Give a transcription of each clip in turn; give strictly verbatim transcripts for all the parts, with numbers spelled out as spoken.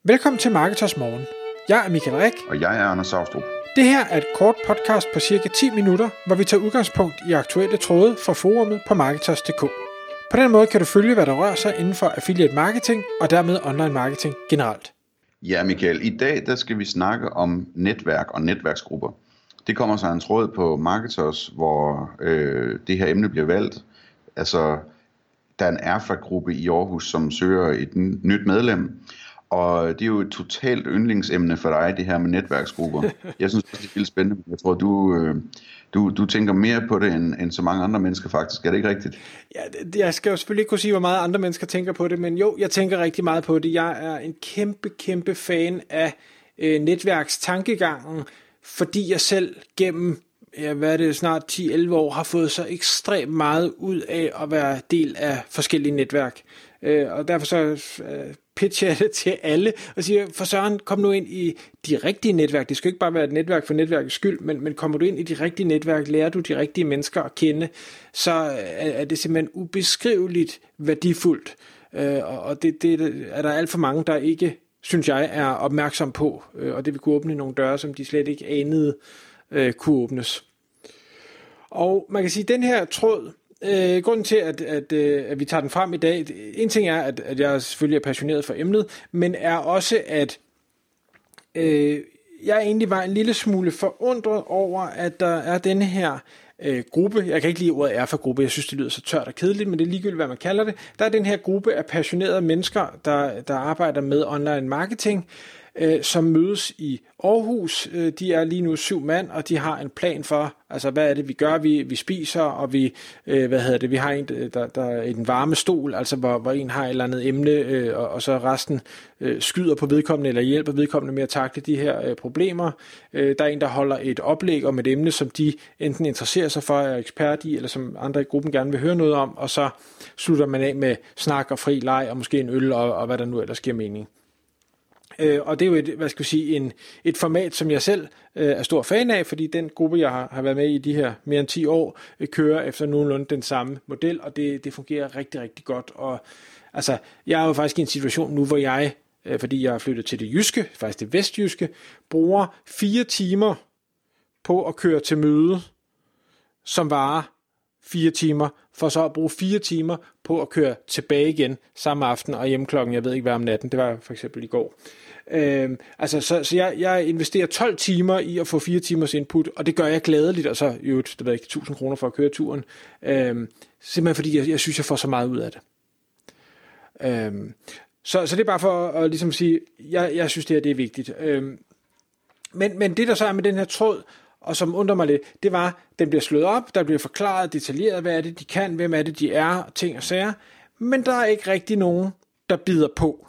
Velkommen til Marketers Morgen. Jeg er Michael Rik. Og jeg er Anders Saustrup. Det her er et kort podcast på cirka ti minutter, hvor vi tager udgangspunkt i aktuelle tråde fra forumet på Marketers punktum d k. På den måde kan du følge, hvad der rører sig inden for affiliate marketing og dermed online marketing generelt. Ja, Michael, i dag der skal vi snakke om netværk og netværksgrupper. Det kommer så en tråd på Marketers, hvor øh, det her emne bliver valgt. Altså, der er en Erfa-gruppe i Aarhus, som søger et nyt medlem. Og det er jo et totalt yndlingsemne for dig, det her med netværksgrupper. Jeg synes det er vildt spændende. Jeg tror, du, du, du tænker mere på det, end, end så mange andre mennesker faktisk. Er det ikke rigtigt? Ja, det, jeg skal jo selvfølgelig ikke kunne sige, hvor meget andre mennesker tænker på det, men jo, jeg tænker rigtig meget på det. Jeg er en kæmpe, kæmpe fan af øh, netværkstankegangen, fordi jeg selv gennem ja, hvad er det, snart ti til elleve år har fået så ekstremt meget ud af at være del af forskellige netværk. Øh, og derfor så øh, pitcher jeg det til alle og siger, for Søren, kom nu ind i de rigtige netværk. Det skal ikke bare være et netværk for netværkets skyld, men, men kommer du ind i de rigtige netværk, lærer du de rigtige mennesker at kende, så er, er det simpelthen ubeskriveligt værdifuldt. Øh, og det, det er der alt for mange, der ikke, synes jeg, er opmærksom på, øh, og det vil kunne åbne nogle døre, som de slet ikke anede øh, kunne åbnes. Og man kan sige, at den her tråd, øh, grunden til, at, at, at vi tager den frem i dag, en ting er, at, at jeg selvfølgelig er passioneret for emnet, men er også, at øh, jeg egentlig var en lille smule forundret over, at der er denne her øh, gruppe, jeg kan ikke lide ordet Erfa-gruppe, jeg synes, det lyder så tørt og kedeligt, men det er ligegyldigt, hvad man kalder det. Der er den her gruppe af passionerede mennesker, der, der arbejder med online marketing, som mødes i Aarhus. De er lige nu syv mand, og de har en plan for, altså hvad er det vi gør, vi, vi spiser, og vi, hvad hedder det, vi har en, der, der er en varme stol, altså hvor, hvor en har et eller andet emne, og, og så resten skyder på vedkommende, eller hjælper vedkommende med at takle de her problemer. Der er en, der holder et oplæg om et emne, som de enten interesserer sig for, er ekspert i, eller som andre i gruppen gerne vil høre noget om, og så slutter man af med snak og fri leg, og måske en øl, og, og hvad der nu ellers giver mening. Øh, og det er jo et, hvad skal jeg sige, en, et format, som jeg selv øh, er stor fan af, fordi den gruppe, jeg har, har været med i de her mere end ti år, øh, kører efter nogenlunde den samme model, og det, det fungerer rigtig, rigtig godt. Og altså, jeg er jo faktisk i en situation nu, hvor jeg, øh, fordi jeg er flyttet til det jyske, faktisk det vestjyske, bruger fire timer på at køre til møde, som varer fire timer, for så at bruge fire timer på at køre tilbage igen samme aften og hjemme klokken, jeg ved ikke hvad om natten, det var for eksempel i går. Øhm, altså, så, så jeg, jeg investerer tolv timer i at få fire timers input, og det gør jeg gladeligt, og så jo, det ved ikke, tusind kroner for at køre turen, øhm, simpelthen fordi jeg, jeg synes, jeg får så meget ud af det. Øhm, så, så det er bare for at ligesom sige, jeg, jeg synes, det her det er vigtigt. Øhm, men, men det der så er med den her tråd, og som undrer mig lidt, det var, at den bliver slået op, der bliver forklaret detaljeret, hvad er det, de kan, hvem er det, de er, ting og sager, men der er ikke rigtig nogen, der bider på.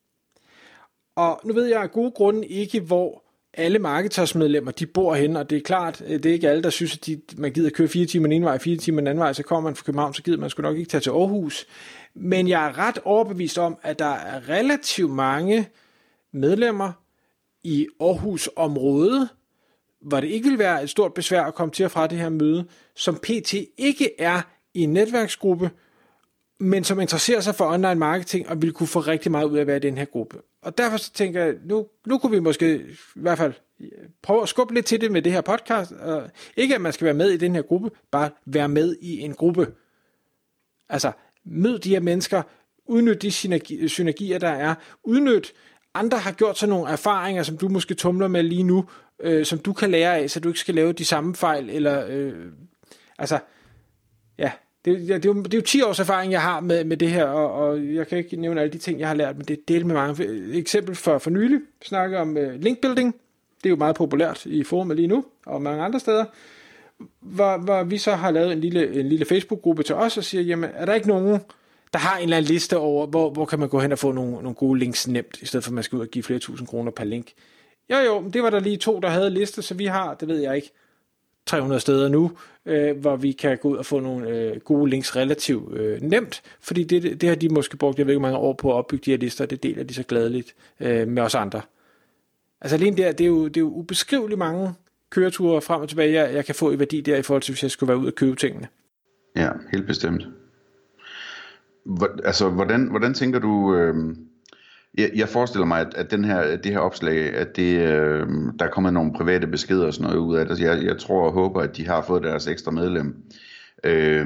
Og nu ved jeg af gode grunde ikke, hvor alle marketersmedlemmer, de bor henne, og det er klart, det er ikke alle, der synes, at de, man gider køre fire timer den ene vej, fire timer den anden vej, så kommer man fra København, så gider man sgu nok ikke tage til Aarhus. Men jeg er ret overbevist om, at der er relativt mange medlemmer i Aarhus-området, hvor det ikke vil være et stort besvær at komme til og fra det her møde, som pt. Ikke er i en netværksgruppe, men som interesserer sig for online marketing og vil kunne få rigtig meget ud af at være i den her gruppe. Og derfor så tænker jeg, nu, nu kunne vi måske i hvert fald prøve at skubbe lidt til det med det her podcast. Og ikke at man skal være med i den her gruppe, bare være med i en gruppe. Altså, mød de her mennesker, udnyt de synergier, der er, udnyt andre har gjort sådan nogle erfaringer, som du måske tumler med lige nu, øh, som du kan lære af, så du ikke skal lave de samme fejl, eller, øh, altså, ja, det, det, det, er jo, det er jo ti års erfaring, jeg har med, med det her, og, og jeg kan ikke nævne alle de ting, jeg har lært, men det er delt med mange. Et eksempel for, for nylig, snakker om øh, linkbuilding, det er jo meget populært i forumet lige nu, og mange andre steder, hvor, hvor vi så har lavet en lille, en lille Facebook-gruppe til os, og siger, jamen, er der ikke nogen, der har en eller anden liste over, hvor, hvor kan man gå hen og få nogle, nogle gode links nemt, i stedet for at man skal ud og give flere tusind kroner per link. Jo jo, men det var der lige to, der havde liste, så vi har, det ved jeg ikke, tre hundrede steder nu, øh, hvor vi kan gå ud og få nogle øh, gode links relativt øh, nemt, fordi det, det har de måske brugt, jeg ved ikke mange år på at opbygge de her lister, og det deler de så gladeligt øh, med os andre. Altså alene der, det er jo, det er jo ubeskriveligt mange køreture frem og tilbage, jeg, jeg kan få i værdi der, i forhold til hvis jeg skulle være ud og købe tingene. Ja, helt bestemt. Hvor, altså, hvordan, hvordan tænker du, øh, Jeg, jeg forestiller mig, at, at den her, det her opslag, at det, øh, der er kommet nogle private beskeder og sådan noget ud af det. Altså jeg, jeg tror og håber, at de har fået deres ekstra medlem. Øh,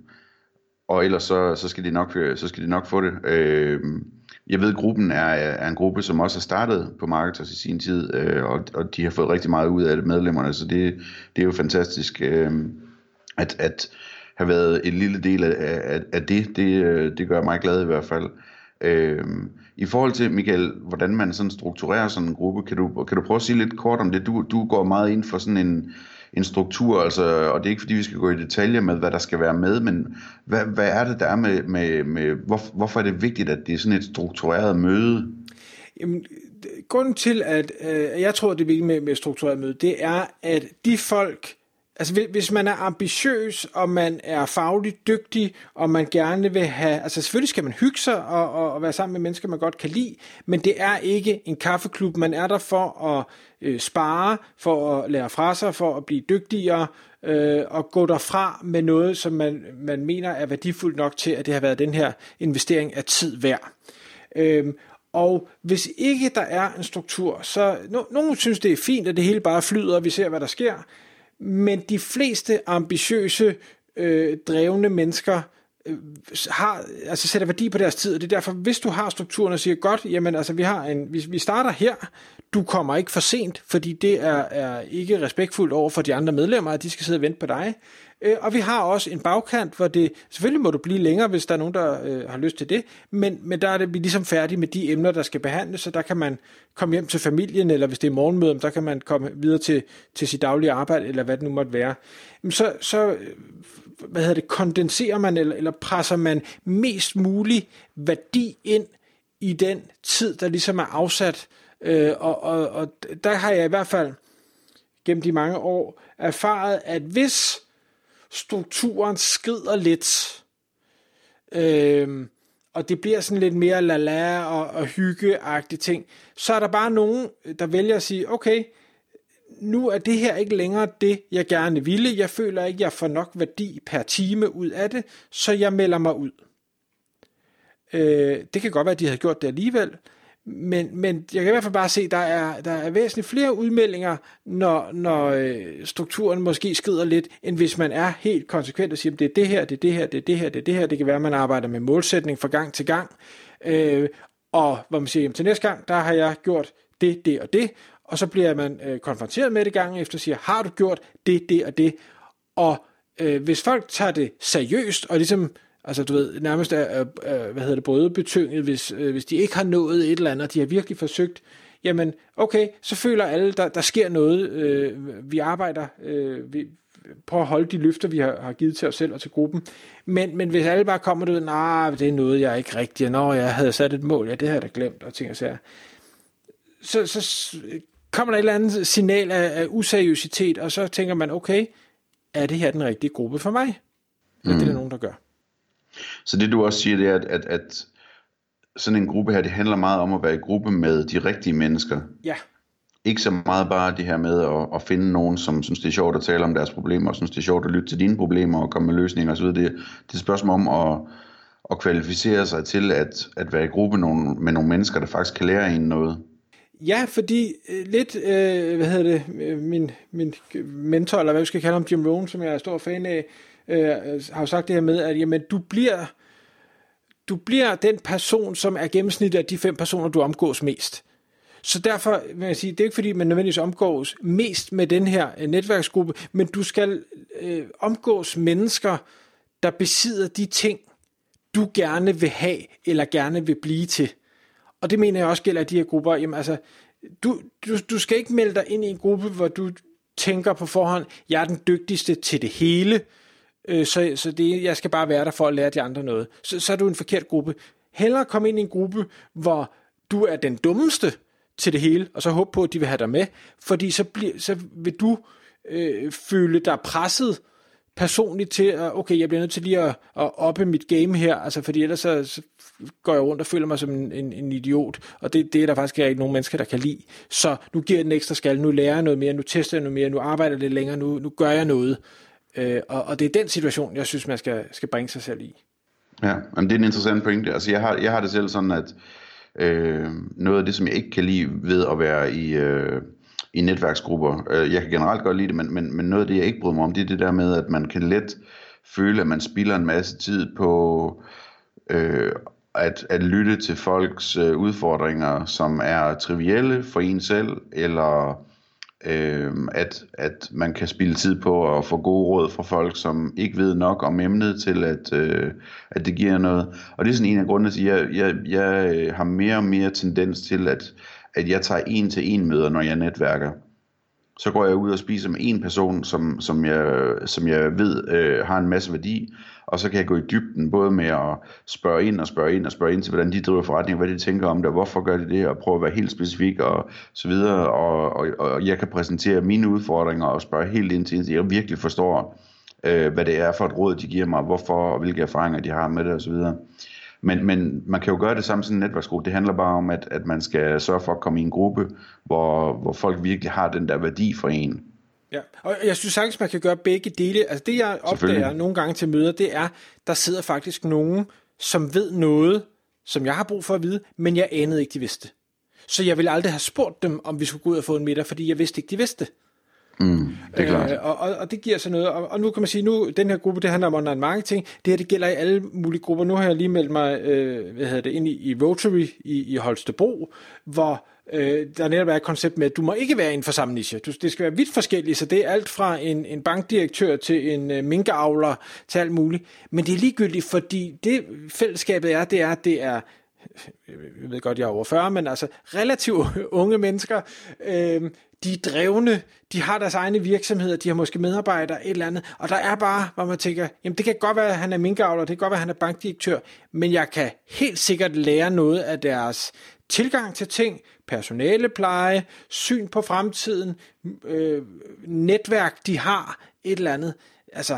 og ellers så, så, skal de nok, så skal de nok få det. Øh, jeg ved, at gruppen er, er en gruppe, som også har startet på Marketers i sin tid, øh, og, og de har fået rigtig meget ud af det, medlemmerne, så det, det er jo fantastisk, øh, at, at have været en lille del af, af, af det. det. Det gør mig glad i hvert fald. Øh, I forhold til, Michael, hvordan man sådan strukturerer sådan en gruppe, kan du, kan du prøve at sige lidt kort om det? Du, du går meget ind for sådan en, en struktur, altså, og det er ikke fordi, vi skal gå i detaljer med, hvad der skal være med, men hvad, hvad er det, der er med, med, med hvor, hvorfor er det vigtigt, at det er sådan et struktureret møde? Jamen, grunden til, at øh, jeg tror, det er vigtigt med, med struktureret møde, det er, at de folk, altså hvis man er ambitiøs, og man er fagligt dygtig, og man gerne vil have, altså selvfølgelig skal man hygge sig og, og, og være sammen med mennesker, man godt kan lide, men det er ikke en kaffeklub. Man er der for at øh, spare, for at lære fra sig, for at blive dygtigere, øh, og gå derfra med noget, som man, man mener er værdifuldt nok til, at det har været den her investering af tid værd. Øh, Og hvis ikke der er en struktur, så no, nogen synes, det er fint, at det hele bare flyder, og vi ser, hvad der sker. Men de fleste ambitiøse, øh, drevne mennesker øh, har, altså sætter værdi på deres tid, og det er derfor, hvis du har strukturen og siger, godt, jamen altså, vi, har en, vi, vi starter her, du kommer ikke for sent, fordi det er, er ikke respektfuldt over for de andre medlemmer, at de skal sidde og vente på dig. Øh, og vi har også en bagkant, hvor det, selvfølgelig må du blive længere, hvis der er nogen, der øh, har lyst til det, men, men der er det, vi er ligesom færdige med de emner, der skal behandles, så der kan man komme hjem til familien, eller hvis det er morgenmøde, der kan man komme videre til, til sit daglige arbejde, eller hvad det nu måtte være. Så, så hvad hedder det, kondenserer man, eller, eller presser man mest mulig værdi ind i den tid, der ligesom er afsat, øh, og, og, og der har jeg i hvert fald gennem de mange år erfaret, at hvis strukturen skrider lidt, øh, og det bliver sådan lidt mere lala og, og hyggeagtige ting, så er der bare nogen, der vælger at sige, okay, nu er det her ikke længere det, jeg gerne ville. Jeg føler ikke, jeg får nok værdi per time ud af det, så jeg melder mig ud. Øh, det kan godt være, at de havde gjort det alligevel, men, men jeg kan i hvert fald bare se, at der er, der er væsentligt flere udmeldinger, når, når øh, strukturen måske skrider lidt, end hvis man er helt konsekvent og siger, at det er det her, det er det her, det er det her, det er det her. Det kan være, at man arbejder med målsætning fra gang til gang, øh, og hvor man siger, jamen, til næste gang, der har jeg gjort det, det og det, og så bliver man øh, konfronteret med det gangen efter og siger, har du gjort det, det og det? Og øh, hvis folk tager det seriøst, og ligesom, altså du ved, nærmest er, er, er hvad hedder det, brødebetynget, hvis, øh, hvis de ikke har nået et eller andet, de har virkelig forsøgt, jamen okay, så føler alle, der, der sker noget, øh, vi arbejder, øh, vi prøver at holde de løfter, vi har, har givet til os selv og til gruppen, men, men hvis alle bare kommer ud, nej, det er noget, jeg ikke rigtig, når jeg havde sat et mål, ja, det havde jeg da glemt, og ting og sager, så, så kommer der et eller andet signal af, af useriøsitet, og så tænker man, okay, er det her den rigtige gruppe for mig? Mm. Det er der nogen, der gør. Så det du også siger, det er, at, at, at sådan en gruppe her, det handler meget om at være i gruppe med de rigtige mennesker. Ja. Ikke så meget bare det her med at, at finde nogen, som synes, det er sjovt at tale om deres problemer, og synes, det er sjovt at lytte til dine problemer og komme med løsninger osv. Det, det er et spørgsmål om at, at kvalificere sig til at, at være i gruppe med nogle mennesker, der faktisk kan lære en noget. Ja, fordi øh, lidt, øh, hvad hedder det, min, min mentor, eller hvad vi skal kalde ham, Jim Rohn, som jeg er stor fan af, øh, har jo sagt det her med, at jamen, du bliver, du bliver den person, som er gennemsnittet af de fem personer, du omgås mest. Så derfor vil jeg sige, det er ikke fordi, man nødvendigvis omgås mest med den her netværksgruppe, men du skal øh, omgås mennesker, der besidder de ting, du gerne vil have, eller gerne vil blive til. Og det mener jeg også gælder de her grupper. Jamen altså, du, du, du skal ikke melde dig ind i en gruppe, hvor du tænker på forhånd, jeg er den dygtigste til det hele, øh, så, så det, jeg skal bare være der for at lære de andre noget. Så, så er du en forkert gruppe. Hellere komme ind i en gruppe, hvor du er den dummeste til det hele, og så håbe på, at de vil have dig med, fordi så, bliver, så vil du øh, føle dig presset personligt til, at okay, jeg bliver nødt til lige at, at oppe mit game her, altså fordi ellers så, så går jeg rundt og føler mig som en, en, en idiot, og det, det er der faktisk ikke nogen mennesker, der kan lide. Så nu giver jeg den ekstra skal, nu lærer jeg noget mere, nu tester jeg noget mere, nu arbejder jeg lidt længere, nu, nu gør jeg noget. Øh, og, og det er den situation, jeg synes, man skal, skal bringe sig selv i. Ja, men det er en interessant pointe. Altså jeg har, jeg har det selv sådan, at Øh, noget af det, som jeg ikke kan lide ved at være i, øh, i netværksgrupper, øh, jeg kan generelt godt lide det, men, men, men noget af det, jeg ikke bryder mig om, det er det der med, at man kan let føle, at man spilder en masse tid på øh, at, at lytte til folks øh, udfordringer, som er trivielle for en selv, eller øh, at, at man kan spilde tid på at få gode råd fra folk, som ikke ved nok om emnet til, at, øh, at det giver noget. Og det er sådan en af grundene til, at jeg, jeg, jeg har mere og mere tendens til, at, at jeg tager en til en møder, når jeg netværker. Så går jeg ud og spiser med en person, som, som, jeg, som jeg ved øh, har en masse værdi, og så kan jeg gå i dybden, både med at spørge ind og spørge ind og spørge ind til, hvordan de driver forretning, hvad de tænker om det, og hvorfor gør de det, og prøve at være helt specifik og så videre, og, og, og jeg kan præsentere mine udfordringer og spørge helt ind til, at jeg virkelig forstår, øh, hvad det er for et råd, de giver mig, hvorfor og hvilke erfaringer de har med det og så videre. Men, men man kan jo gøre det samme som en netværksgruppe. Det handler bare om, at, at man skal sørge for at komme i en gruppe, hvor, hvor folk virkelig har den der værdi for en. Ja, og jeg synes sagtens, man kan gøre begge dele. Altså det, jeg opdager nogle gange til møder, det er, der sidder faktisk nogen, som ved noget, som jeg har brug for at vide, men jeg anede ikke, de vidste. Så jeg ville aldrig have spurgt dem, om vi skulle gå ud og få en middag, fordi jeg vidste ikke, de vidste. Mm, det er klart. Øh, og, og, og det giver så noget, og, og nu kan man sige, nu den her gruppe, det handler om online marketing, det her, det gælder i alle mulige grupper. Nu har jeg lige meldt mig, øh, hvad hedder det, ind i, i Rotary i, i Holstebro, hvor øh, der netop er et koncept med, at du må ikke være inden for samme niche. Du, det skal være vidt forskelligt, så det er alt fra en, en bankdirektør til en øh, minkavler til alt muligt. Men det er ligegyldigt, fordi det fællesskabet er, det er, det er jeg ved godt, jeg er over fyrre, men altså relativt unge mennesker, øh, de er drevne, de har deres egne virksomheder, de har måske medarbejdere, et eller andet, og der er bare, hvor man tænker, jamen det kan godt være, at han er minkavler, det kan godt være, at han er bankdirektør, men jeg kan helt sikkert lære noget af deres tilgang til ting, personalepleje, syn på fremtiden, øh, netværk, de har, et eller andet, altså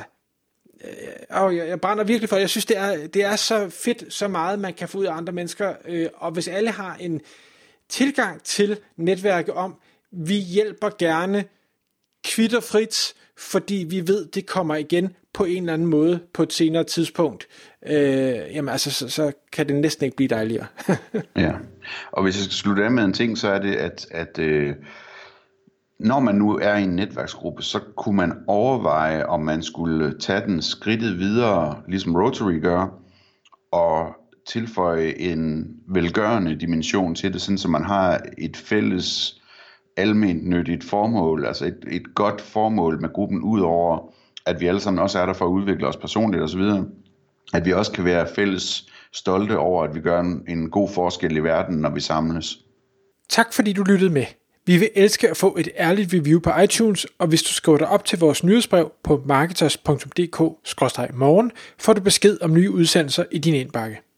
og jeg, jeg brænder virkelig for det. Jeg synes, det er, det er så fedt, så meget man kan få ud af andre mennesker, øh, og hvis alle har en tilgang til netværket om, vi hjælper gerne kvitterfrit, fordi vi ved, det kommer igen på en eller anden måde på et senere tidspunkt, øh, jamen altså, så, så kan det næsten ikke blive dejligere. Ja, og hvis jeg skal slutte af med en ting, så er det, at, at øh, når man nu er i en netværksgruppe, så kunne man overveje, om man skulle tage den skridtet videre, ligesom Rotary gør, og tilføje en velgørende dimension til det, sådan så man har et fælles alment nyttigt formål, altså et, et godt formål med gruppen, ud over at vi alle sammen også er der for at udvikle os personligt osv., at vi også kan være fælles stolte over, at vi gør en, en god forskel i verden, når vi samles. Tak fordi du lyttede med. Vi vil elske at få et ærligt review på iTunes, og hvis du skriver dig op til vores nyhedsbrev på marketers punktum d k skråstreg morgen, får du besked om nye udsendelser i din indbakke.